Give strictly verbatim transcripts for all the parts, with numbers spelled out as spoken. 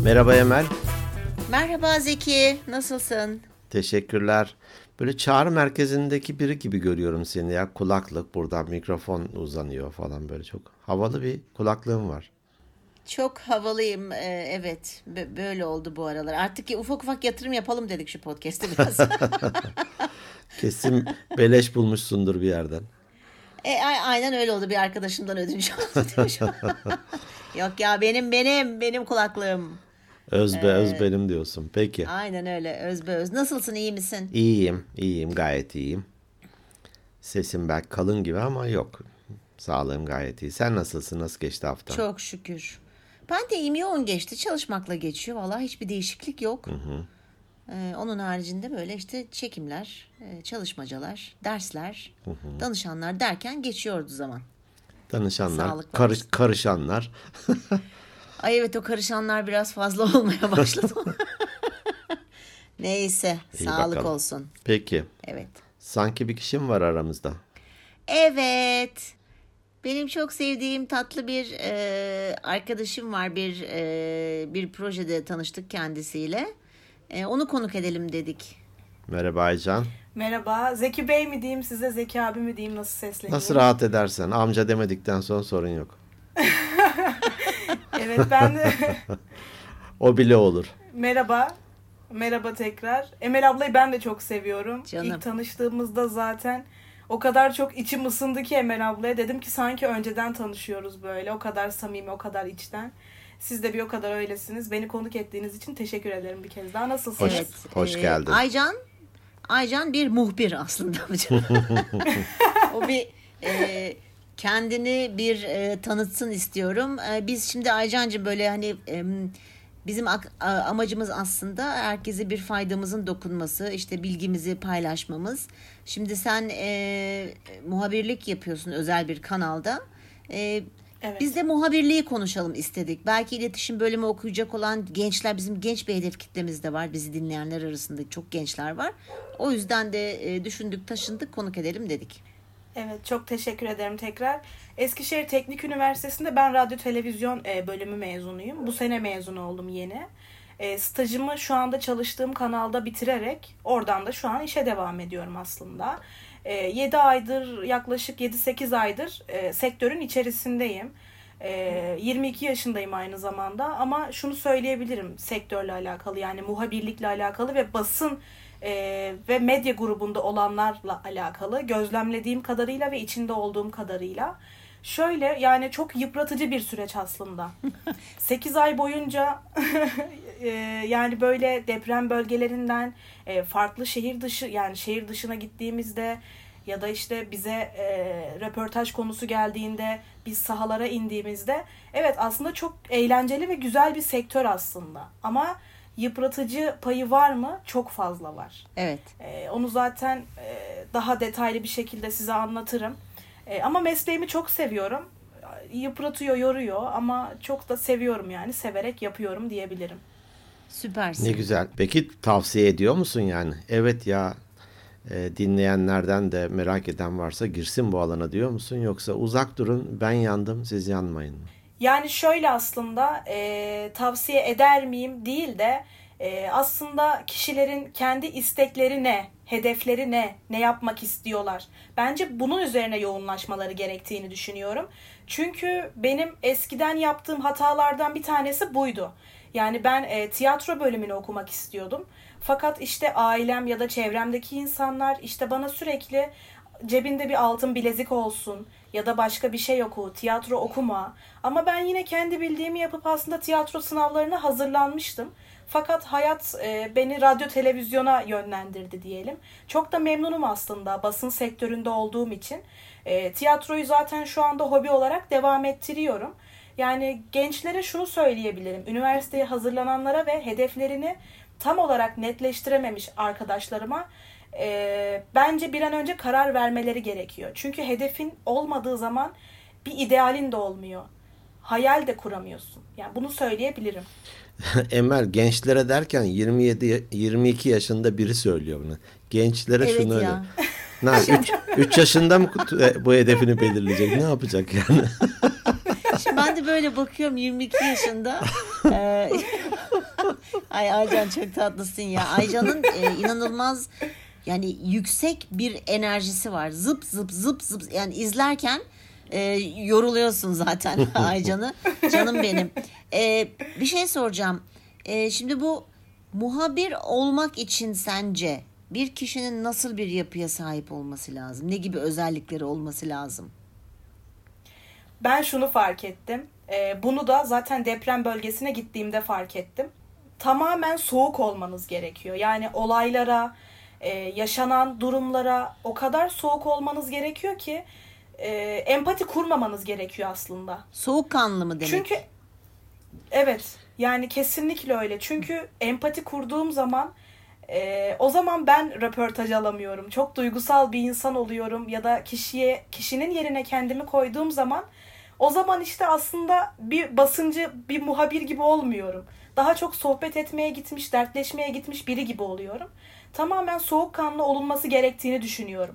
Merhaba Emel. Merhaba Zeki, nasılsın? Teşekkürler. Böyle çağrı merkezindeki biri gibi görüyorum seni ya. Kulaklık, buradan mikrofon uzanıyor falan, böyle çok havalı bir kulaklığın var. Çok havalıyım, ee, evet. B- böyle oldu bu aralar. Artık ya, ufak ufak yatırım yapalım dedik şu podcast'te biraz. Kesin beleş bulmuşsundur bir yerden. E, a- aynen öyle oldu. Bir arkadaşımdan ödünç aldı demiş. Yok ya, benim benim benim kulaklığım. Özbe öz benim diyorsun. Peki. Aynen öyle, özbeöz. Nasılsın, iyi misin? İyiyim, iyiyim, gayet iyiyim. Sesim belki kalın gibi ama yok. Sağlığım gayet iyi. Sen nasılsın? Nasıl geçti hafta? Çok şükür. Ben de iyiyim, yoğun geçti. Çalışmakla geçiyor. Vallahi hiçbir değişiklik yok. Ee, onun haricinde böyle işte çekimler, e, çalışmacalar, dersler, danışanlar derken geçiyordu zaman. Danışanlar, Sağlık var. karış, karışanlar. Ay evet, o karışanlar biraz fazla olmaya başladı. Neyse, İyi sağlık bakalım. olsun. Peki. Evet. Sanki bir kişim var aramızda. Evet. Benim çok sevdiğim tatlı bir e, arkadaşım var. Bir e, bir projede tanıştık kendisiyle. E, onu konuk edelim dedik. Merhaba Aycan. Merhaba. Zeki Bey mi diyeyim size, Zeki abi mi diyeyim, nasıl sesleneyim? Nasıl rahat edersen. Amca demedikten sonra sorun yok. Evet, ben de O bile olur. merhaba. Merhaba tekrar. Emel ablayı ben de çok seviyorum. Canım. İlk tanıştığımızda zaten o kadar çok içim ısındı ki Emel ablaya. Dedim ki sanki önceden tanışıyoruz böyle. O kadar samimi, o kadar içten. Siz de bir o kadar öylesiniz. Beni konuk ettiğiniz için teşekkür ederim bir kez daha. Nasılsınız? Hoş, hoş e, geldin. Aycan, Aycan bir muhbir aslında. O bir e, kendini bir e, tanıtsın istiyorum. E, biz şimdi Aycancığım böyle hani e, bizim ak- a- amacımız aslında herkese bir faydamızın dokunması, işte bilgimizi paylaşmamız. Şimdi sen e, muhabirlik yapıyorsun özel bir kanalda. E, Evet. Biz de muhabirliği konuşalım istedik. Belki iletişim bölümü okuyacak olan gençler, bizim genç bir hedef kitlemiz de var. Bizi dinleyenler arasında çok gençler var. O yüzden de e, düşündük, taşındık, konuk edelim dedik. Evet, çok teşekkür ederim tekrar. Eskişehir Teknik Üniversitesi'nde ben radyo televizyon e, bölümü mezunuyum. Bu sene mezun oldum yeni. E, stajımı şu anda çalıştığım kanalda bitirerek oradan da şu an işe devam ediyorum aslında. E, yedi aydır, yaklaşık yedi sekiz aydır e, sektörün içerisindeyim. E, yirmi iki yaşındayım aynı zamanda, ama şunu söyleyebilirim sektörle alakalı, yani muhabirlikle alakalı ve basın Ee, ve medya grubunda olanlarla alakalı gözlemlediğim kadarıyla ve içinde olduğum kadarıyla şöyle, yani çok yıpratıcı bir süreç aslında. sekiz ay boyunca e, yani böyle deprem bölgelerinden e, farklı şehir dışı, yani şehir dışına gittiğimizde ya da işte bize e, röportaj konusu geldiğinde biz sahalara indiğimizde, evet aslında çok eğlenceli ve güzel bir sektör aslında, ama yıpratıcı payı var mı? Çok fazla var. Evet. Ee, onu zaten e, daha detaylı bir şekilde size anlatırım. E, ama mesleğimi çok seviyorum. Yıpratıyor, yoruyor ama çok da seviyorum, yani severek yapıyorum diyebilirim. Süpersin. Ne güzel. Peki tavsiye ediyor musun yani? Evet ya, e, dinleyenlerden de merak eden varsa girsin bu alana diyor musun? Yoksa uzak durun, ben yandım, siz yanmayın mı? Yani şöyle, aslında e, tavsiye eder miyim değil de e, aslında kişilerin kendi istekleri ne, hedefleri ne, ne yapmak istiyorlar. Bence bunun üzerine yoğunlaşmaları gerektiğini düşünüyorum. Çünkü benim eskiden yaptığım hatalardan bir tanesi buydu. Yani ben e, tiyatro bölümünü okumak istiyordum. Fakat işte ailem ya da çevremdeki insanlar işte bana sürekli cebinde bir altın bilezik olsun ya da başka bir şey oku, tiyatro okuma. Ama ben yine kendi bildiğimi yapıp aslında tiyatro sınavlarına hazırlanmıştım. Fakat hayat e, beni radyo televizyona yönlendirdi diyelim. Çok da memnunum aslında basın sektöründe olduğum için. E, tiyatroyu zaten şu anda hobi olarak devam ettiriyorum. Yani gençlere şunu söyleyebilirim. Üniversiteye hazırlananlara ve hedeflerini tam olarak netleştirememiş arkadaşlarıma e, bence bir an önce karar vermeleri gerekiyor. Çünkü hedefin olmadığı zaman bir idealin de olmuyor. Hayal de kuramıyorsun. Yani bunu söyleyebilirim. Emel, gençlere derken yirmi yedi yirmi iki yaşında biri söylüyor bunu. Gençlere Evet şunu öyle. ya. üç yaşında mı bu hedefini belirleyecek? Ne yapacak yani? Şimdi ben de böyle bakıyorum, yirmi iki yaşında. Ee, Ay Aycan çok tatlısın ya. Aycan'ın e, inanılmaz yani yüksek bir enerjisi var. Zıp zıp zıp zıp yani izlerken e, yoruluyorsun zaten Aycan'ı. Canım benim. E, bir şey soracağım. E, şimdi bu muhabir olmak için sence bir kişinin nasıl bir yapıya sahip olması lazım? Ne gibi özellikleri olması lazım? Ben şunu fark ettim. Ee, bunu da zaten deprem bölgesine gittiğimde fark ettim. Tamamen soğuk olmanız gerekiyor. Yani olaylara, e, yaşanan durumlara o kadar soğuk olmanız gerekiyor ki e, empati kurmamanız gerekiyor aslında. Soğukkanlı mı demek? Çünkü evet, yani kesinlikle öyle. Çünkü empati kurduğum zaman e, o zaman ben röportaj alamıyorum. Çok duygusal bir insan oluyorum ya da kişiye kişinin yerine kendimi koyduğum zaman o zaman işte aslında bir basıncı, bir muhabir gibi olmuyorum. Daha çok sohbet etmeye gitmiş, dertleşmeye gitmiş biri gibi oluyorum. Tamamen soğukkanlı olunması gerektiğini düşünüyorum.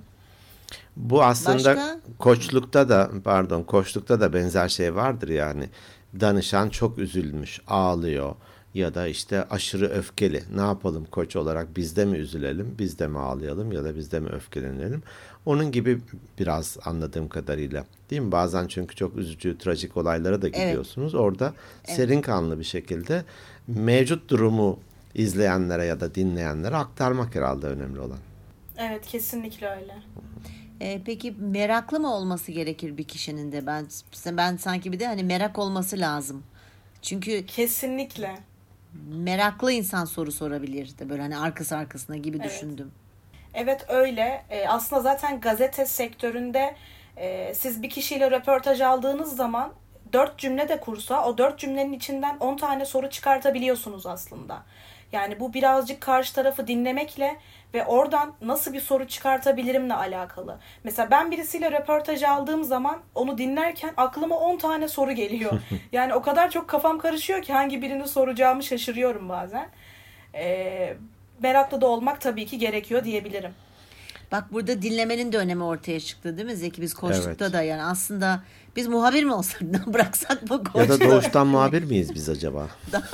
Bu aslında Başka? koçlukta da pardon koçlukta da benzer şey vardır yani. Danışan çok üzülmüş, ağlıyor ya da işte aşırı öfkeli. Ne yapalım koç olarak biz de mi üzülelim, biz de mi ağlayalım ya da biz de mi öfkelenelim? Onun gibi biraz anladığım kadarıyla. Değil mi? Bazen çünkü çok üzücü, trajik olaylara da gidiyorsunuz. Evet. Orada evet. serin kanlı bir şekilde mevcut durumu izleyenlere ya da dinleyenlere aktarmak herhalde önemli olan. Evet, kesinlikle öyle. Ee, peki meraklı mı olması gerekir bir kişinin de? Ben ben sanki bir de hani merak olması lazım. Çünkü kesinlikle meraklı insan soru sorabilir de böyle hani arkası arkasına gibi evet. düşündüm. Evet öyle. E, aslında zaten gazete sektöründe e, siz bir kişiyle röportaj aldığınız zaman dört cümle de kursa o dört cümlenin içinden on tane soru çıkartabiliyorsunuz aslında. Yani bu birazcık karşı tarafı dinlemekle ve oradan nasıl bir soru çıkartabilirimle alakalı. Mesela ben birisiyle röportaj aldığım zaman onu dinlerken aklıma on tane soru geliyor. Yani o kadar çok kafam karışıyor ki hangi birini soracağımı şaşırıyorum bazen. Eee Meraklı da olmak tabii ki gerekiyor diyebilirim. Bak burada dinlemenin de önemi ortaya çıktı değil mi Zeki? Biz koçlukta evet. da yani aslında biz muhabir mi olsak bıraksak mı koçluğu? Ya da doğuştan muhabir miyiz biz acaba?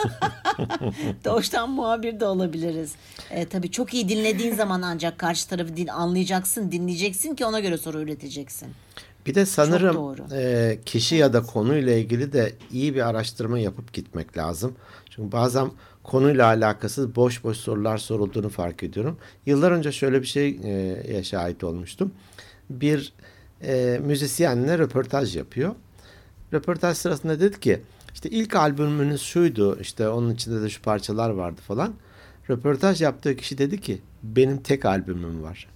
Doğuştan muhabir de olabiliriz. E, tabii çok iyi dinlediğin zaman ancak karşı tarafı din anlayacaksın, dinleyeceksin ki ona göre soru üreteceksin. Bir de sanırım e, kişi ya da konuyla ilgili de iyi bir araştırma yapıp gitmek lazım. Çünkü bazen konuyla alakasız boş boş sorular sorulduğunu fark ediyorum. Yıllar önce şöyle bir şeye şahit olmuştum. Bir e, müzisyenle röportaj yapıyor. Röportaj sırasında dedi ki işte ilk albümünüz şuydu, işte onun içinde de şu parçalar vardı falan. Röportaj yaptığı kişi dedi ki benim tek albümüm var.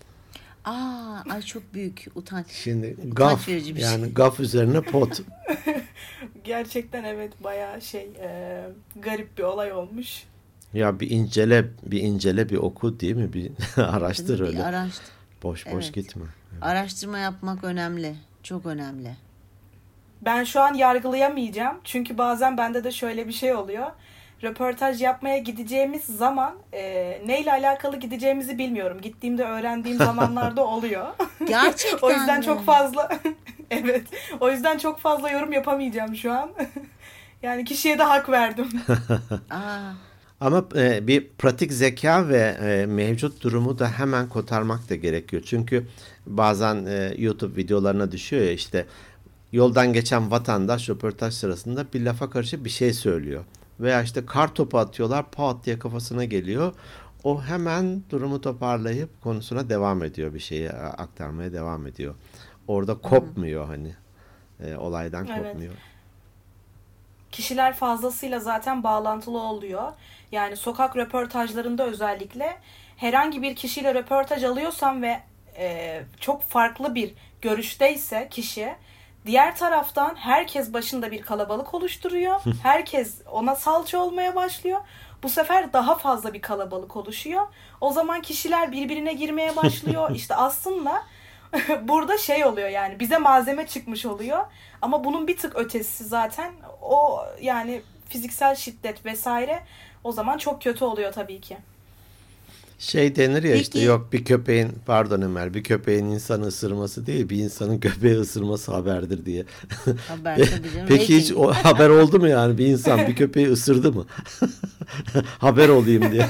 Aa, ay çok büyük utanç. Şimdi utanç gaf verici bir yani şey. gaf üzerine pot. Gerçekten evet bayağı şey e, garip bir olay olmuş. Ya bir incele, bir incele, bir oku değil mi? Bir araştır öyle. Bir araştır. Boş boş evet. gitme. Evet. Araştırma yapmak önemli. Çok önemli. Ben şu an yargılayamayacağım. Çünkü bazen bende de şöyle bir şey oluyor. Röportaj yapmaya gideceğimiz zaman e, neyle alakalı gideceğimizi bilmiyorum. Gittiğimde öğrendiğim zamanlarda oluyor. Gerçekten O yüzden mi? çok fazla evet. O yüzden çok fazla yorum yapamayacağım şu an. Yani kişiye de hak verdim. Aa. Ama e, bir pratik zeka ve e, mevcut durumu da hemen kotarmak da gerekiyor. Çünkü bazen e, YouTube videolarına düşüyor ya işte yoldan geçen vatandaş röportaj sırasında bir lafa karşı bir şey söylüyor. Veya işte kar topu atıyorlar pat diye kafasına geliyor. O hemen durumu toparlayıp konusuna devam ediyor. Bir şeyi aktarmaya devam ediyor. Orada kopmuyor hmm. hani. E, olaydan evet. kopmuyor. Kişiler fazlasıyla zaten bağlantılı oluyor. Yani sokak röportajlarında özellikle herhangi bir kişiyle röportaj alıyorsam ve e, çok farklı bir görüşteyse kişi, diğer taraftan herkes başında bir kalabalık oluşturuyor. Herkes ona salça olmaya başlıyor. Bu sefer daha fazla bir kalabalık oluşuyor. O zaman kişiler birbirine girmeye başlıyor. İşte aslında burada şey oluyor yani bize malzeme çıkmış oluyor. Ama bunun bir tık ötesi zaten o yani fiziksel şiddet vesaire o zaman çok kötü oluyor tabii ki. Şey denir ya Peki. işte yok bir köpeğin pardon Ömer bir köpeğin insanı ısırması değil bir insanın köpeği ısırması haberdir diye. Haber tabii canım. Peki hiç Rating. o haber oldu mu yani bir insan bir köpeği ısırdı mı? Haber olayım diye.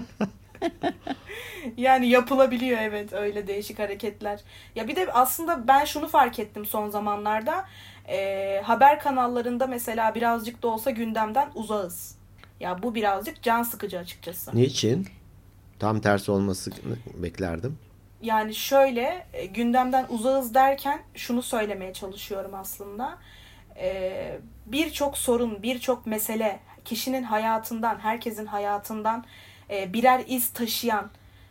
Yani yapılabiliyor, evet, öyle değişik hareketler. Ya bir de aslında ben şunu fark ettim son zamanlarda. Ee, haber kanallarında mesela birazcık da olsa gündemden uzağız. Ya bu birazcık can sıkıcı açıkçası. Niçin? Tam tersi olmasını beklerdim. Yani şöyle e, gündemden uzağız derken şunu söylemeye çalışıyorum aslında. Ee, birçok sorun, birçok mesele kişinin hayatından, herkesin hayatından e, birer iz taşıyan,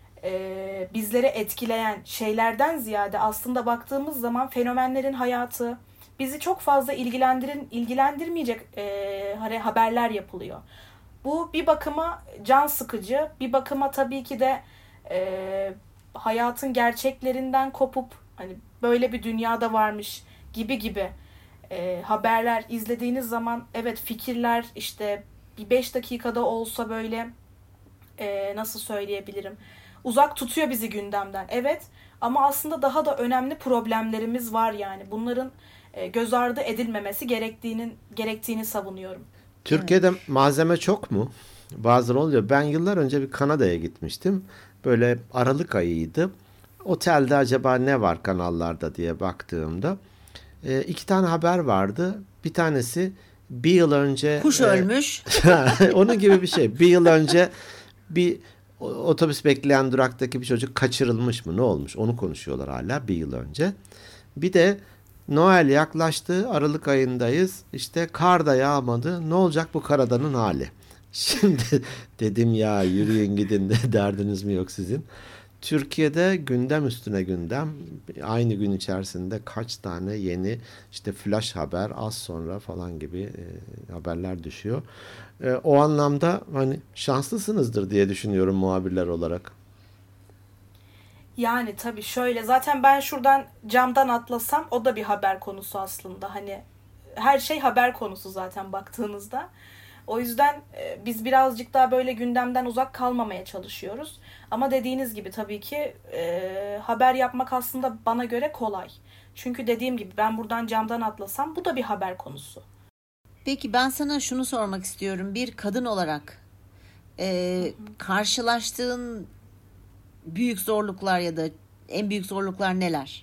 e, bizleri etkileyen şeylerden ziyade aslında baktığımız zaman fenomenlerin hayatı bizi çok fazla ilgilendirin ilgilendirmeyecek e, hani haberler yapılıyor. Bu bir bakıma can sıkıcı, bir bakıma tabii ki de e, hayatın gerçeklerinden kopup hani böyle bir dünyada varmış gibi gibi e, haberler izlediğiniz zaman evet fikirler işte bir beş dakikada olsa böyle e, nasıl söyleyebilirim, uzak tutuyor bizi gündemden. Evet, ama aslında daha da önemli problemlerimiz var yani. Bunların e, göz ardı edilmemesi gerektiğinin gerektiğini savunuyorum. Türkiye'de malzeme çok mu? Bazen oluyor. Ben yıllar önce bir Kanada'ya gitmiştim. Böyle Aralık ayıydı. Otelde acaba ne var kanallarda diye baktığımda e, iki tane haber vardı. Bir tanesi bir yıl önce Kuş e, ölmüş. onun gibi bir şey. Bir yıl önce bir o- otobüs bekleyen duraktaki bir çocuk kaçırılmış mı? Ne olmuş? Onu konuşuyorlar hala bir yıl önce. Bir de Noel yaklaştı. Aralık ayındayız. İşte kar da yağmadı. Ne olacak bu karadanın hali? Şimdi dedim ya yürüyün gidin de derdiniz mi yok sizin? Türkiye'de gündem üstüne gündem. Aynı gün içerisinde kaç tane yeni işte flash haber az sonra falan gibi e, haberler düşüyor. E, o anlamda hani şanslısınızdır diye düşünüyorum muhabirler olarak. Yani tabii şöyle, zaten ben şuradan camdan atlasam o da bir haber konusu aslında. Hani her şey haber konusu zaten baktığınızda. O yüzden e, biz birazcık daha böyle gündemden uzak kalmamaya çalışıyoruz. Ama dediğiniz gibi tabii ki e, haber yapmak aslında bana göre kolay. Çünkü dediğim gibi ben buradan camdan atlasam bu da bir haber konusu. Peki ben sana şunu sormak istiyorum. Bir kadın olarak e, karşılaştığın büyük zorluklar ya da en büyük zorluklar neler?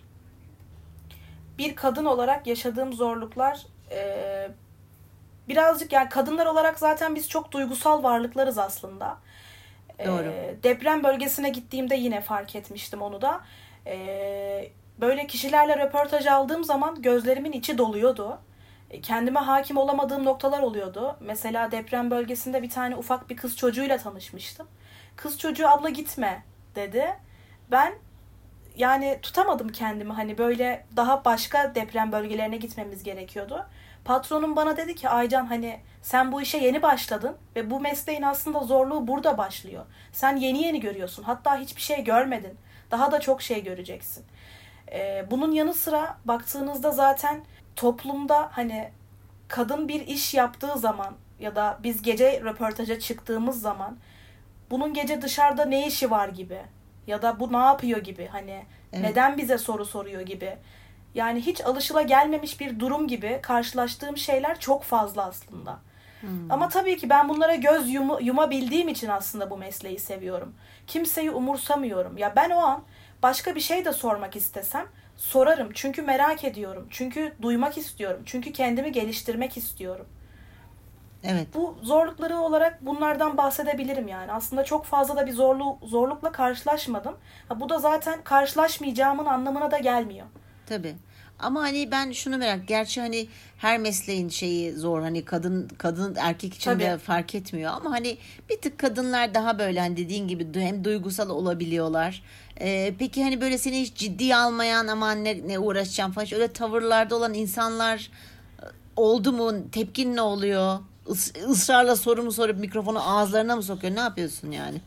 Bir kadın olarak yaşadığım zorluklar e, birazcık, yani kadınlar olarak zaten biz çok duygusal varlıklarız aslında. Doğru. E, deprem bölgesine gittiğimde yine fark etmiştim onu da. E, böyle kişilerle röportaj aldığım zaman gözlerimin içi doluyordu. E, kendime hakim olamadığım noktalar oluyordu. Mesela deprem bölgesinde bir tane ufak bir kız çocuğuyla tanışmıştım. Kız çocuğu abla gitme dedi. Ben yani tutamadım kendimi, hani böyle daha başka deprem bölgelerine gitmemiz gerekiyordu. Patronum bana dedi ki Aycan, hani sen bu işe yeni başladın ve bu mesleğin aslında zorluğu burada başlıyor. Sen yeni yeni görüyorsun, hatta hiçbir şey görmedin. Daha da çok şey göreceksin. Ee, bunun yanı sıra baktığınızda zaten toplumda hani kadın bir iş yaptığı zaman ya da biz gece röportaja çıktığımız zaman bunun gece dışarıda ne işi var gibi ya da bu ne yapıyor gibi, hani Evet. neden bize soru soruyor gibi. Yani hiç alışılagelmemiş bir durum gibi karşılaştığım şeyler çok fazla aslında. Hmm. Ama tabii ki ben bunlara göz yumu, yumabildiğim için aslında bu mesleği seviyorum. Kimseyi umursamıyorum. Ya ben o an başka bir şey de sormak istesem sorarım. Çünkü merak ediyorum. Çünkü duymak istiyorum. Çünkü kendimi geliştirmek istiyorum. Evet. Bu zorlukları olarak bunlardan bahsedebilirim yani. Aslında çok fazla da bir zorlu, zorlukla karşılaşmadım. Ha, bu da zaten karşılaşmayacağımın anlamına da gelmiyor. Tabii. Ama hani ben şunu merak, gerçi hani her mesleğin şeyi zor, hani kadın kadın erkek için de Tabii. fark etmiyor ama hani bir tık kadınlar daha böyle hani dediğin gibi du- hem duygusal olabiliyorlar. Ee, peki hani böyle seni hiç ciddiye almayan, aman ne, ne uğraşacağım falan, öyle tavırlarda olan insanlar e, oldu mu? Tepkin ne oluyor? Is- ısrarla soru mu sorup mikrofonu ağızlarına mı sokuyor? Ne yapıyorsun yani?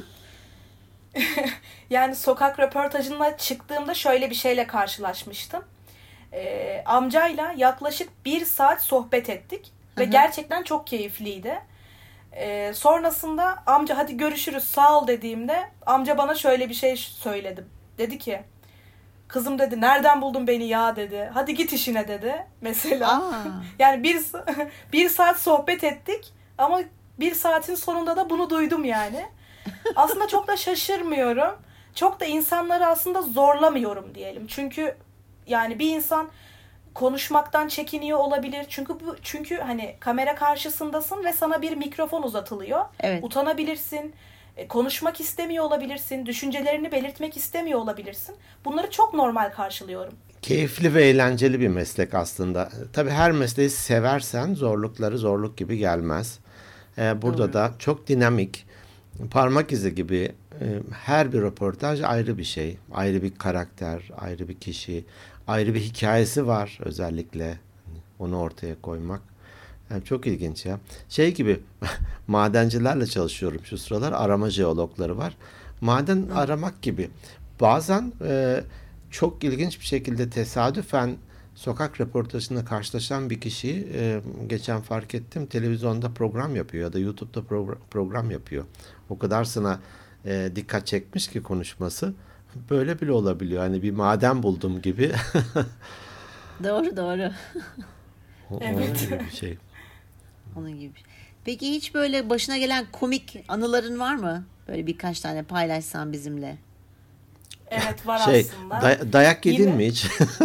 Yani sokak röportajına çıktığımda şöyle bir şeyle karşılaşmıştım. Ee, amcayla yaklaşık bir saat sohbet ettik. Ve Hı hı. gerçekten çok keyifliydi. Ee, sonrasında amca hadi görüşürüz sağ ol dediğimde amca bana şöyle bir şey söyledi. Dedi ki kızım dedi nereden buldun beni ya dedi. Hadi git işine dedi mesela. Yani bir, bir saat sohbet ettik ama bir saatin sonunda da bunu duydum yani. Aslında çok da şaşırmıyorum. Çok da insanları aslında zorlamıyorum diyelim. Çünkü yani bir insan konuşmaktan çekiniyor olabilir. Çünkü bu çünkü hani kamera karşısındasın ve sana bir mikrofon uzatılıyor. Evet. Utanabilirsin. Konuşmak istemiyor olabilirsin. Düşüncelerini belirtmek istemiyor olabilirsin. Bunları çok normal karşılıyorum. Keyifli ve eğlenceli bir meslek aslında. Tabii her mesleği seversen zorlukları zorluk gibi gelmez. Ee, burada Doğru. da çok dinamik, parmak izi gibi e, her bir röportaj ayrı bir şey. Ayrı bir karakter, ayrı bir kişi, ayrı bir hikayesi var özellikle. Onu ortaya koymak. Yani çok ilginç ya. Şey gibi madencilerle çalışıyorum şu sıralar. Arama jeologları var. Maden Hı. aramak gibi. Bazen e, çok ilginç bir şekilde tesadüfen sokak röportajında karşılaşan bir kişiyi e, geçen fark ettim. Televizyonda program yapıyor ya da YouTube'da progr- program yapıyor. O kadar sana e, dikkat çekmiş ki konuşması. Böyle bile olabiliyor. Hani bir maden buldum gibi. Doğru doğru. Evet. Onun gibi bir şey. Onun gibi. Peki hiç böyle başına gelen komik anıların var mı? Böyle birkaç tane paylaşsan bizimle. Evet var şey, aslında. Day- dayak yedin Yine... mi hiç?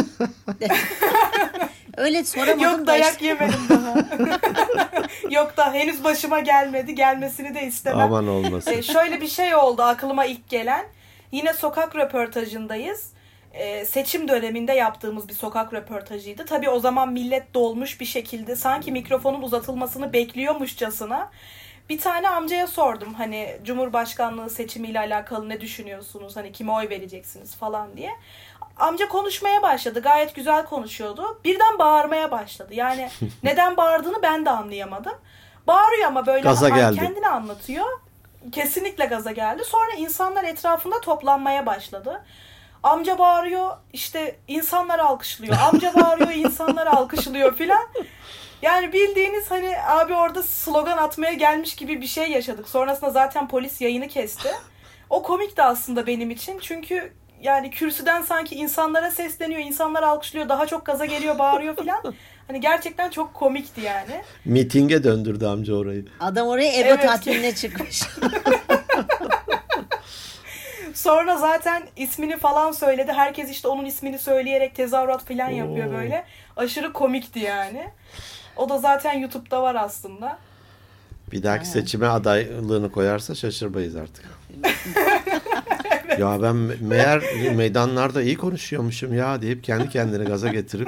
Öyle soramadım. Yok dayak işte. yemedim daha. Yok da henüz başıma gelmedi. Gelmesini de istemem. Aman olmasın. Ee, şöyle bir şey oldu aklıma ilk gelen. Yine sokak röportajındayız. Ee, seçim döneminde yaptığımız bir sokak röportajıydı. Tabii o zaman millet dolmuş bir şekilde sanki mikrofonun uzatılmasını bekliyormuşçasına. Bir tane amcaya sordum hani Cumhurbaşkanlığı seçimiyle alakalı ne düşünüyorsunuz? Hani kime oy vereceksiniz falan diye. Amca konuşmaya başladı. Gayet güzel konuşuyordu. Birden bağırmaya başladı. Yani neden bağırdığını ben de anlayamadım. Bağırıyor ama böyle gaza geldi. Kendini anlatıyor. Kesinlikle gaza geldi. Sonra insanlar etrafında toplanmaya başladı. Amca bağırıyor, işte insanlar alkışlıyor. Amca bağırıyor, insanlar alkışlıyor filan. Yani bildiğiniz hani abi orada slogan atmaya gelmiş gibi bir şey yaşadık. Sonrasında zaten polis yayını kesti. O komikti aslında benim için. Çünkü yani kürsüden sanki insanlara sesleniyor, insanlar alkışlıyor, daha çok gaza geliyor, bağırıyor filan. Hani gerçekten çok komikti yani. Mitinge döndürdü amca orayı. Adam oraya ego evet. tatiline çıkmış. Sonra zaten ismini falan söyledi. Herkes işte onun ismini söyleyerek tezahürat falan yapıyor böyle. Aşırı komikti yani. O da zaten YouTube'da var aslında. Bir dahaki seçime adaylığını koyarsa şaşırmayız artık. Evet. Ya ben meğer meydanlarda iyi konuşuyormuşum ya deyip kendi kendine gaza getirip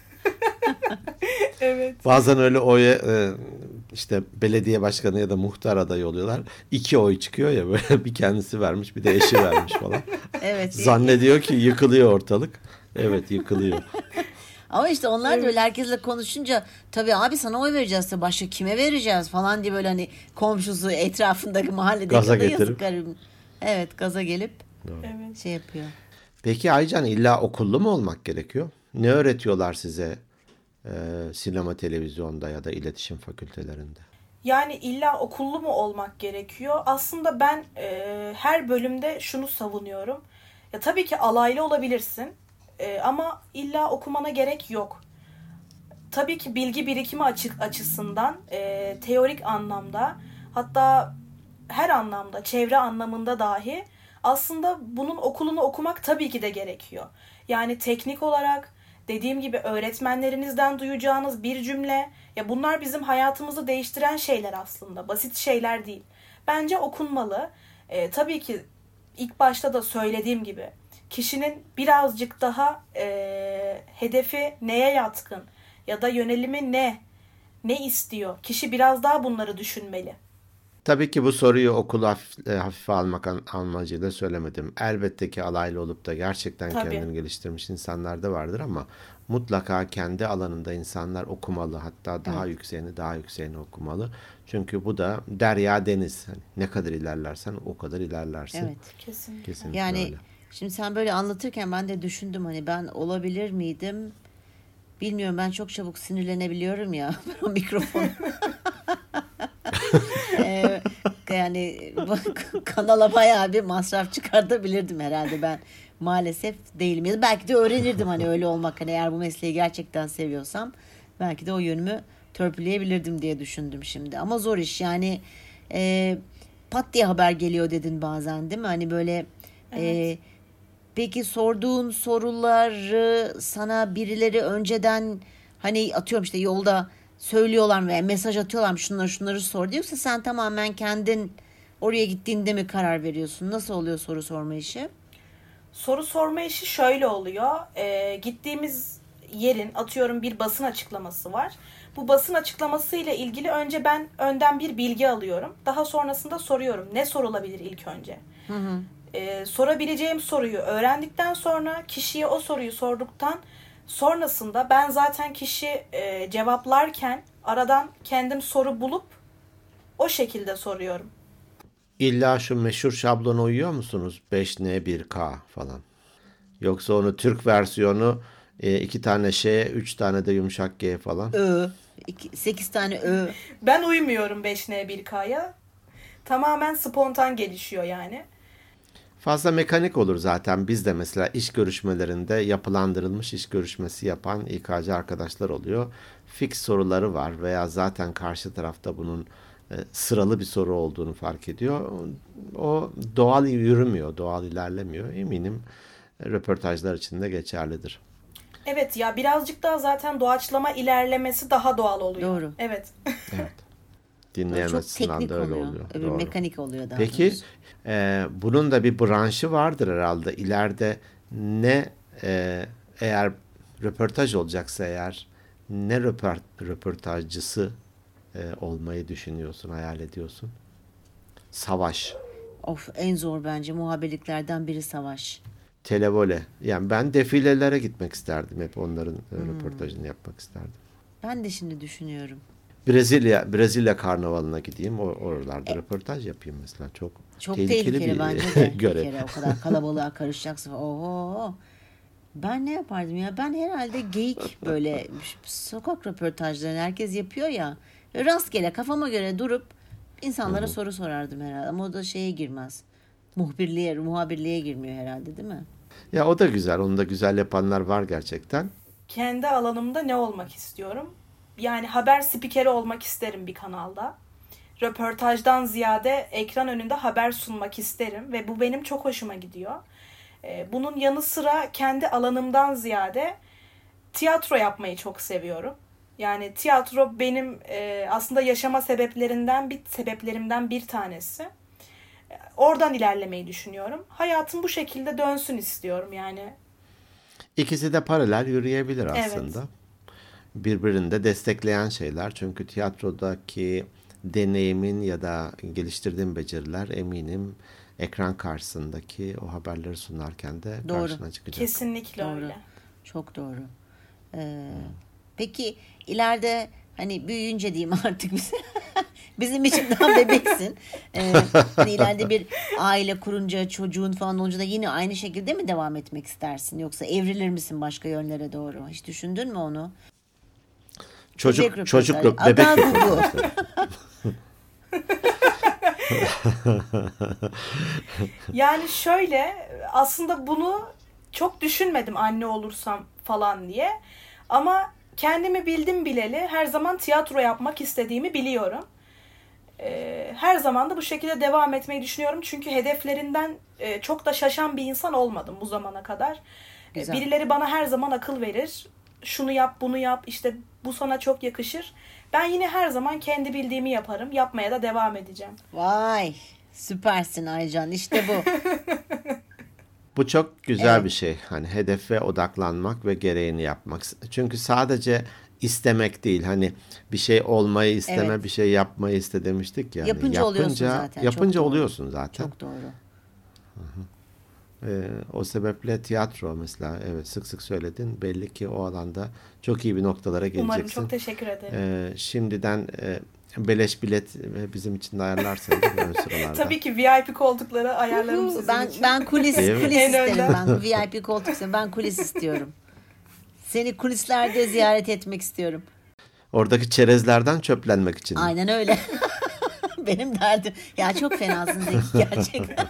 evet. Bazen öyle oya işte belediye başkanı ya da muhtar adayı oluyorlar. İki oy çıkıyor ya böyle bir kendisi vermiş bir de eşi vermiş falan. Evet. Zannediyor ki yıkılıyor ortalık. Evet yıkılıyor. Ama işte onlar evet. da öyle herkesle konuşunca tabii abi sana oy vereceğiz de başka kime vereceğiz falan diye böyle hani komşusu etrafındaki mahalledeki gaza getirip. Evet gaza gelip evet. şey yapıyor. Peki Aycan illa okullu mu olmak gerekiyor? Ne öğretiyorlar size e, sinema televizyonda ya da iletişim fakültelerinde? Yani illa okullu mu olmak gerekiyor? Aslında ben e, her bölümde şunu savunuyorum. Ya tabii ki alaylı olabilirsin. E, ama illa okumana gerek yok. Tabii ki bilgi birikimi açık açısından, e, teorik anlamda, hatta her anlamda, çevre anlamında dahi aslında bunun okulunu okumak tabii ki de gerekiyor. Yani teknik olarak, dediğim gibi öğretmenlerinizden duyacağınız bir cümle, ya bunlar bizim hayatımızı değiştiren şeyler aslında, basit şeyler değil. Bence okunmalı. E, tabii ki ilk başta da söylediğim gibi, kişinin birazcık daha e, hedefi neye yatkın ya da yönelimi ne, ne istiyor? Kişi biraz daha bunları düşünmeli. Tabii ki bu soruyu okulu hafif, hafife almak amacıyla söylemedim. Elbette ki alaylı olup da gerçekten Tabii. kendini geliştirmiş insanlar da vardır ama mutlaka kendi alanında insanlar okumalı. Hatta daha evet. yükseğini daha yükseğini okumalı. Çünkü bu da derya deniz. Yani ne kadar ilerlersen o kadar ilerlersin. Evet. Kesinlikle. Kesinlikle yani öyle. Şimdi sen böyle anlatırken ben de düşündüm hani ben olabilir miydim? Bilmiyorum, ben çok çabuk sinirlenebiliyorum ya. Ben o mikrofonu. ee, yani kanala bayağı bir masraf çıkartabilirdim herhalde ben. Maalesef değilim. Ya da belki de öğrenirdim hani öyle olmak. Hani eğer bu mesleği gerçekten seviyorsam belki de o yönümü törpüleyebilirdim diye düşündüm şimdi. Ama zor iş yani e, pat diye haber geliyor dedin bazen değil mi? Hani böyle Evet. e, peki sorduğun soruları sana birileri önceden hani atıyorum işte yolda söylüyorlar veya mesaj atıyorlar şunları şunları sor diyor. Yoksa sen tamamen kendin oraya gittiğinde mi karar veriyorsun? Nasıl oluyor soru sorma işi? Soru sorma işi şöyle oluyor. Ee, gittiğimiz yerin atıyorum bir basın açıklaması var. Bu basın açıklaması ile ilgili önce ben önden bir bilgi alıyorum. Daha sonrasında soruyorum. Ne sorulabilir ilk önce? Hı hı. Ee, sorabileceğim soruyu öğrendikten sonra kişiye o soruyu sorduktan sonrasında ben zaten kişi e, cevaplarken aradan kendim soru bulup o şekilde soruyorum. İlla şu meşhur şablona uyuyor musunuz? beş N bir K falan. Yoksa onu Türk versiyonu e, iki tane Ş, üç tane de yumuşak G falan. Ö. iki- sekiz tane ö. Ben uymuyorum beş N bir K'ya. Tamamen spontan gelişiyor yani. Fazla mekanik olur zaten. Biz de mesela iş görüşmelerinde yapılandırılmış iş görüşmesi yapan İK'cı arkadaşlar oluyor. Fix soruları var veya zaten karşı tarafta bunun e, sıralı bir soru olduğunu fark ediyor. O doğal yürümüyor, doğal ilerlemiyor. Eminim e, röportajlar için de geçerlidir. Evet ya birazcık daha zaten doğaçlama ilerlemesi daha doğal oluyor. Doğru. Evet. Evet. Dinleyen Çok açısından teknik da öyle oluyor. oluyor. Öbür Doğru. mekanik oluyor daha Peki doğrusu. e, bunun da bir branşı vardır herhalde. İleride ne e, eğer röportaj olacaksa eğer ne röport, röportajcısı e, olmayı düşünüyorsun, hayal ediyorsun? Savaş, Of en zor bence muhabirliklerden biri savaş. televole. Yani ben defilelere gitmek isterdim. Hep onların e, Hmm. röportajını yapmak isterdim. Ben de şimdi düşünüyorum. Brezilya Brezilya karnavalına gideyim. O, oralarda röportaj yapayım mesela. Çok, Çok tehlikeli, tehlikeli, bir bence de. Bir görev. kere o kadar kalabalığa karışacaksın. Oho. Ben ne yapardım ya? Ben herhalde geyik böyle sokak röportajlarını herkes yapıyor ya. Rastgele kafama göre durup insanlara soru sorardım herhalde. Ama o da şeye girmez. Muhbirliğe, muhabirliğe girmiyor herhalde değil mi? Ya o da güzel. Onu da güzel yapanlar var gerçekten. Kendi alanımda ne olmak istiyorum? Yani haber spikeri olmak isterim bir kanalda. Röportajdan ziyade ekran önünde haber sunmak isterim ve bu benim çok hoşuma gidiyor. Ee, Bunun yanı sıra kendi alanımdan ziyade tiyatro yapmayı çok seviyorum. Yani tiyatro benim e, aslında yaşama sebeplerinden bir sebeplerimden bir tanesi. E, Oradan ilerlemeyi düşünüyorum. Hayatım bu şekilde dönsün istiyorum yani. İkisi de paralel yürüyebilir Evet. aslında. Birbirini de destekleyen şeyler. Çünkü tiyatrodaki deneyimin ya da geliştirdiğin beceriler eminim ekran karşısındaki o haberleri sunarken de Doğru. karşına çıkacak. Kesinlikle Doğru. öyle. Çok doğru. Ee, peki ileride hani büyüyünce diyeyim artık biz, bizim için daha bebeksin. Ee, hani ileride bir aile kurunca çocuğun falan olunca da yine aynı şekilde mi devam etmek istersin? Yoksa evrilir misin başka yönlere doğru? Hiç düşündün mü onu? Çocuk Bebek çocuk röportajı. bebek Ada Gugu. röportajları. Yani şöyle aslında bunu çok düşünmedim anne olursam falan diye. Ama kendimi bildim bileli her zaman tiyatro yapmak istediğimi biliyorum. Ee, her zaman da bu şekilde devam etmeyi düşünüyorum. Çünkü hedeflerinden e, çok da şaşan bir insan olmadım bu zamana kadar. Ee, Güzel. Birileri bana her zaman akıl verir. Şunu yap, bunu yap, işte bu sana çok yakışır. Ben yine her zaman kendi bildiğimi yaparım. Yapmaya da devam edeceğim. Vay süpersin Aycan işte bu. Bu çok güzel Evet. bir şey. Hani hedefe odaklanmak ve gereğini yapmak. Çünkü sadece istemek değil. Hani bir şey olmayı isteme, Evet. bir şey yapmayı iste demiştik ya. Hani Yapınca oluyorsun zaten, çok Yapınca doğru. oluyorsun zaten. Çok doğru. Ee, o sebeple tiyatro mesela evet sık sık söyledin. Belli ki o alanda çok iyi bir noktalara geleceksin. Umarım, çok teşekkür ederim. Ee, şimdiden e, beleş bilet e, bizim için de ayarlarsanız ön sıralarda. Tabii ki V I P koltukları ayarlarım sizin Ben için. ben kulis Değil mi? kulis En isterim önden. ben. V I P koltuk isterim. Ben kulis istiyorum. Seni kulislerde ziyaret etmek istiyorum. Oradaki çerezlerden çöplenmek için. Aynen öyle. Benim derdim. Ya çok fenasın Zeki gerçekten.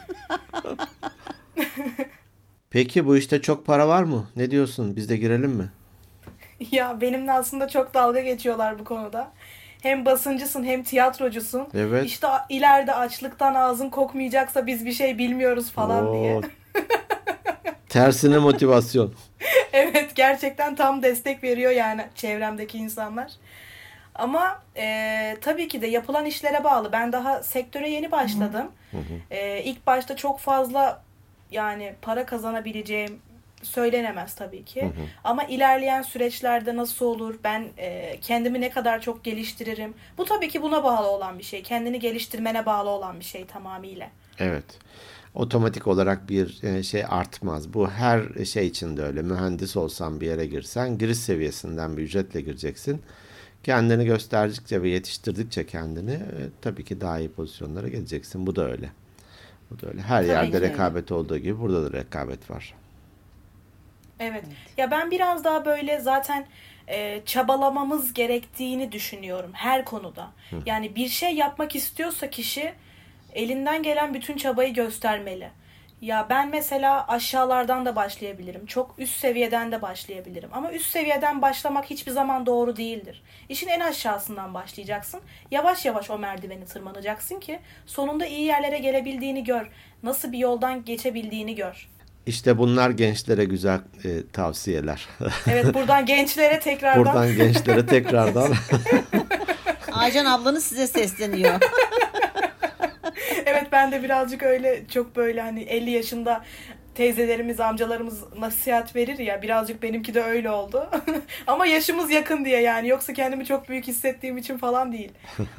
Peki bu işte çok para var mı? Ne diyorsun? Biz de girelim mi? Ya benimle aslında çok dalga geçiyorlar bu konuda. Hem basıncısın hem tiyatrocusun. Evet. İşte ileride açlıktan ağzın kokmayacaksa biz bir şey bilmiyoruz falan diye. Oo, tersine motivasyon. Evet, gerçekten tam destek veriyor yani çevremdeki insanlar. Ama e, tabii ki de yapılan işlere bağlı. Ben daha sektöre yeni başladım. E, ilk başta çok fazla yani para kazanabileceğim söylenemez tabii ki. Ama ilerleyen süreçlerde nasıl olur? Ben e, kendimi ne kadar çok geliştiririm? Bu tabii ki buna bağlı olan bir şey. Kendini geliştirmene bağlı olan bir şey tamamıyla. Evet. Otomatik olarak bir e, şey artmaz. Bu her şey için de öyle. Mühendis olsan bir yere girsen giriş seviyesinden bir ücretle gireceksin. Kendini gösterdikçe ve yetiştirdikçe kendini e, tabii ki daha iyi pozisyonlara geleceksin. Bu da öyle. Bu da öyle. Her Tabii yerde ki öyle. rekabet olduğu gibi burada da rekabet var. Evet. Ya ben biraz daha böyle zaten e, çabalamamız gerektiğini düşünüyorum her konuda. Yani bir şey yapmak istiyorsa kişi elinden gelen bütün çabayı göstermeli. Ya ben mesela aşağılardan da başlayabilirim. Çok üst seviyeden de başlayabilirim. Ama üst seviyeden başlamak hiçbir zaman doğru değildir. İşin en aşağısından başlayacaksın. Yavaş yavaş o merdiveni tırmanacaksın ki sonunda iyi yerlere gelebildiğini gör. Nasıl bir yoldan geçebildiğini gör. İşte bunlar gençlere güzel e, tavsiyeler. Evet, buradan gençlere tekrardan Buradan gençlere tekrardan Aycan ablanız size sesleniyor. evet, ben de birazcık öyle çok böyle hani elli yaşında teyzelerimiz, amcalarımız nasihat verir ya, birazcık benimki de öyle oldu. Ama yaşımız yakın diye yani, yoksa kendimi çok büyük hissettiğim için falan değil.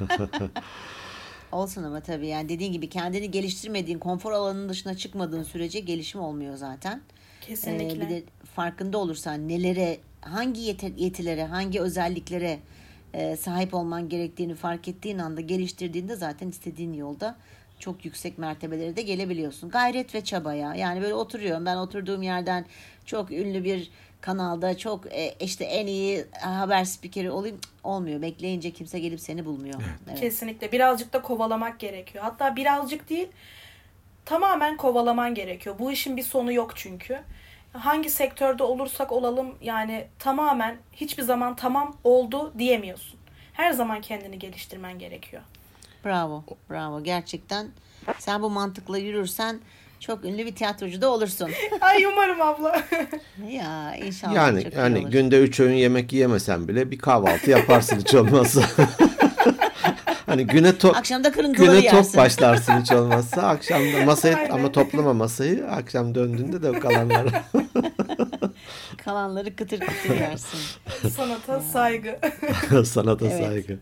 Olsun ama tabii yani dediğin gibi kendini geliştirmediğin, konfor alanının dışına çıkmadığın sürece gelişim olmuyor zaten. Kesinlikle. Ee, bir de farkında olursan nelere, hangi yeti- yetilere, hangi özelliklere e, sahip olman gerektiğini fark ettiğin anda, geliştirdiğinde zaten istediğin yolda çok yüksek mertebelere de gelebiliyorsun. Gayret ve çabaya. Yani böyle oturuyorum. Ben oturduğum yerden çok ünlü bir kanalda çok e, işte en iyi haber spikeri olayım. Cık, olmuyor. Bekleyince kimse gelip seni bulmuyor. Evet. Kesinlikle. Birazcık da kovalamak gerekiyor. Hatta birazcık değil, tamamen kovalaman gerekiyor. Bu işin bir sonu yok çünkü. Hangi sektörde olursak olalım yani tamamen hiçbir zaman tamam oldu diyemiyorsun. Her zaman kendini geliştirmen gerekiyor. Bravo. Bravo. Gerçekten sen bu mantıkla yürürsen çok ünlü bir tiyatrocu da olursun. Ay umarım abla. Ya inşallah yani çok iyi yani olur. günde üç öğün yemek yiyemesen bile bir kahvaltı yaparsın hiç olmazsa. Hani güne tok Akşam da kırıntıları güne tok yersin. başlarsın hiç olmazsa. Akşam da masayı Aynen. ama toplama masayı. Akşam döndüğünde de kalanlar. Kalanları kıtır kıtır yersin. Sanata saygı. Sanata Evet. saygı.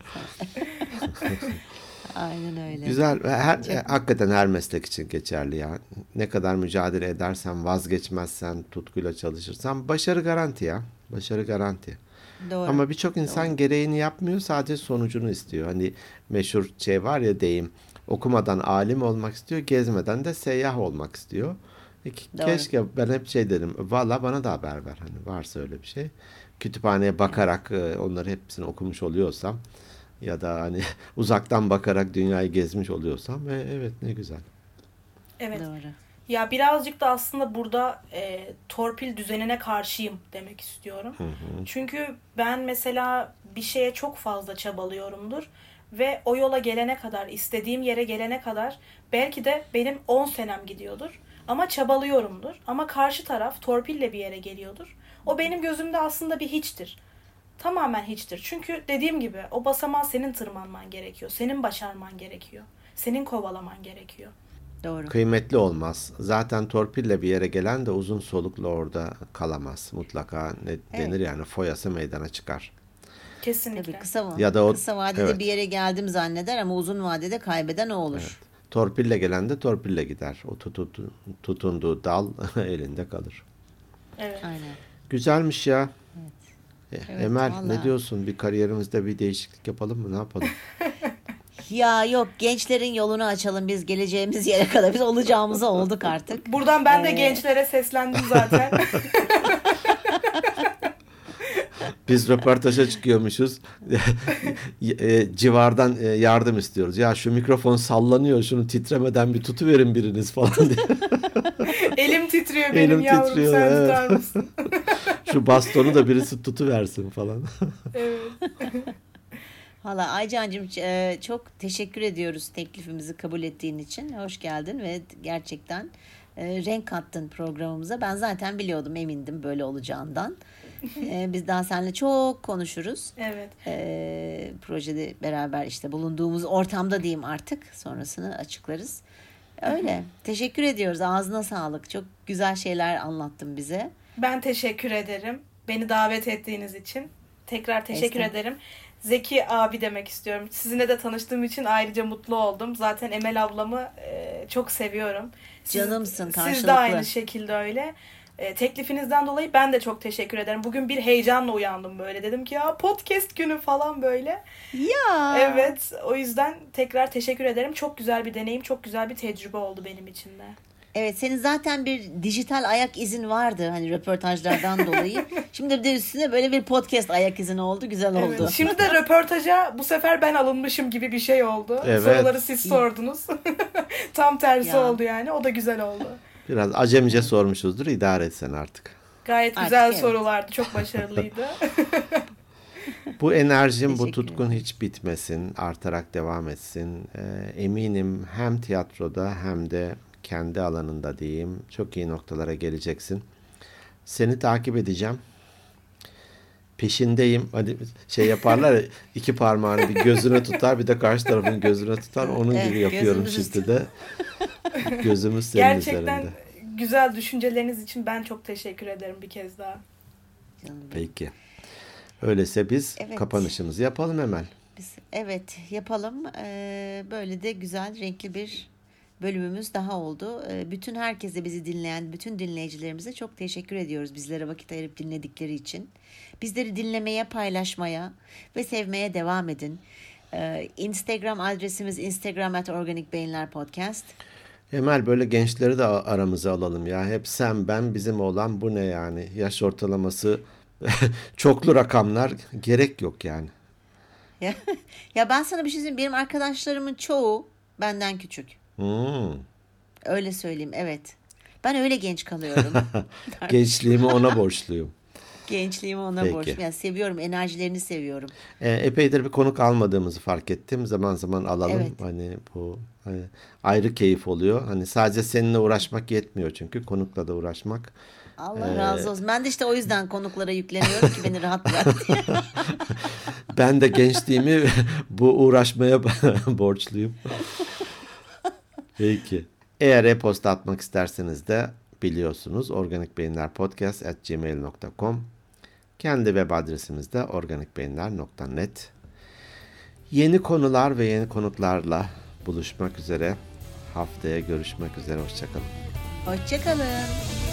Aynen öyle. Güzel. Her, hakikaten her meslek için geçerli ya. Ne kadar mücadele edersen, vazgeçmezsen, tutkuyla çalışırsan başarı garanti ya. Başarı garanti. Doğru. Ama birçok insan gereğini yapmıyor, sadece sonucunu istiyor. Hani meşhur şey var ya, deyim. Okumadan alim olmak istiyor, gezmeden de seyyah olmak istiyor. E, ke- Doğru. keşke ben hep şey derim. Valla bana da haber ver. Hani varsa öyle bir şey. Kütüphaneye bakarak e, onları hepsini okumuş oluyorsam ya da hani uzaktan bakarak dünyayı gezmiş oluyorsam e, evet ne güzel. Evet. Doğru. Ya birazcık da aslında burada e, torpil düzenine karşıyım demek istiyorum. Çünkü ben mesela bir şeye çok fazla çabalıyorumdur ve o yola gelene kadar, istediğim yere gelene kadar belki de benim on senem gidiyordur. Ama çabalıyorumdur. Ama karşı taraf torpille bir yere geliyordur. O benim gözümde aslında bir hiçtir. Tamamen hiçtir. Çünkü dediğim gibi o basamağı senin tırmanman gerekiyor. Senin başarman gerekiyor. Senin kovalaman gerekiyor. Doğru. Kıymetli olmaz. Zaten torpille bir yere gelen de uzun soluklu orada kalamaz. Mutlaka ne denir yani, foyası meydana çıkar. Kesinlikle. Tabii kısa, Ya da o- kısa vadede evet. bir yere geldim zanneder ama uzun vadede kaybeden o olur. Torpille gelen de torpille gider. O tutu, tutunduğu dal elinde kalır. Evet. Aynen. Güzelmiş ya. E, Evet, Emel vallahi. ne diyorsun? Bir kariyerimizde bir değişiklik yapalım mı? Ne yapalım? Ya yok, gençlerin yolunu açalım biz geleceğimiz yere kadar. Biz olacağımıza olduk artık. Buradan ben de Ee, gençlere seslendim zaten. Biz röportaja çıkıyormuşuz. e, civardan e, yardım istiyoruz. Ya şu mikrofon sallanıyor. Şunu titremeden bir tutuverin biriniz falan diye. Elim titriyor benim Elim yavrum titriyor, sen evet. tutar mısın? Şu bastonu da birisi tutuversin falan. Evet. Valla Aycan'cığım e, çok teşekkür ediyoruz teklifimizi kabul ettiğin için. Hoş geldin ve gerçekten e, renk kattın programımıza. Ben zaten biliyordum, emindim böyle olacağından. E, biz daha seninle çok konuşuruz. Evet. E, projede beraber işte bulunduğumuz ortamda diyeyim artık. Sonrasını açıklarız. Öyle. Teşekkür ediyoruz. Ağzına sağlık. Çok güzel şeyler anlattın bize. Ben teşekkür ederim. Beni davet ettiğiniz için. Tekrar teşekkür Estağ- ederim. Zeki abi demek istiyorum. Sizinle de tanıştığım için ayrıca mutlu oldum. Zaten Emel ablamı e, çok seviyorum. Siz, Canımsın, Siz karşılıklı. de aynı şekilde öyle. E, teklifinizden dolayı ben de çok teşekkür ederim. Bugün bir heyecanla uyandım böyle. Dedim ki ya podcast günü falan böyle. Ya. Evet, o yüzden tekrar teşekkür ederim. Çok güzel bir deneyim, çok güzel bir tecrübe oldu benim için de. Evet, senin zaten bir dijital ayak izin vardı hani röportajlardan dolayı. Şimdi de üstüne böyle bir podcast ayak izin oldu. Güzel oldu. Evet, şimdi de röportaja bu sefer ben alınmışım gibi bir şey oldu. Evet. Soruları siz sordunuz. Tam tersi Ya. oldu yani. O da güzel oldu. Biraz acemice sormuşuzdur. İdare etsen artık. Gayet Artık güzel evet. sorulardı. Çok başarılıydı. Bu enerjin, bu Teşekkür tutkun hiç bitmesin. Artarak devam etsin. Ee, eminim hem tiyatroda hem de kendi alanında diyeyim çok iyi noktalara geleceksin. Seni takip edeceğim. Peşindeyim. Hani şey yaparlar ya, iki parmağını bir gözüne tutar bir de karşı tarafın gözüne tutar. Onun Evet, gibi yapıyorum gözümüz şimdi de. Gözümüz senin Gerçekten üzerinde. güzel düşünceleriniz için ben çok teşekkür ederim bir kez daha. Canım benim. Peki. Öyleyse biz Evet. kapanışımızı yapalım Emel. Biz, evet yapalım. Ee, böyle de güzel, renkli bir bölümümüz daha oldu. Ee, bütün herkese, bizi dinleyen bütün dinleyicilerimize çok teşekkür ediyoruz. Bizlere vakit ayırıp dinledikleri için. Bizleri dinlemeye, paylaşmaya ve sevmeye devam edin. Ee, Instagram adresimiz instagram at organik beyinler podcast. Emel böyle gençleri de a- aramıza alalım ya. Hep sen ben bizim olan bu ne yani? Yaş ortalaması çoklu rakamlar gerek yok yani. Ya, ya ben sana bir şey söyleyeyim. Benim arkadaşlarımın çoğu benden küçük. Hmm. Öyle söyleyeyim, evet. Ben öyle genç kalıyorum. Gençliğimi ona borçluyum. Gençliğimi ona Peki. borçluyum. Yani seviyorum, enerjilerini seviyorum. E, epeydir bir konuk almadığımızı fark ettim. Zaman zaman alalım. Evet. Hani bu hani ayrı keyif oluyor. Hani sadece seninle uğraşmak yetmiyor çünkü konukla da uğraşmak. Allah Ee, razı olsun. Ben de işte o yüzden konuklara yükleniyorum ki beni rahat bırak diye. Ben de gençliğimi bu uğraşmaya borçluyum. Peki. Eğer e-posta atmak isterseniz de biliyorsunuz organikbeyinlerpodcast at gmail dot com. Kendi web adresimiz de organikbeyinler nokta net. Yeni konular ve yeni konuklarla buluşmak üzere. Haftaya görüşmek üzere. Hoşçakalın. Hoşçakalın.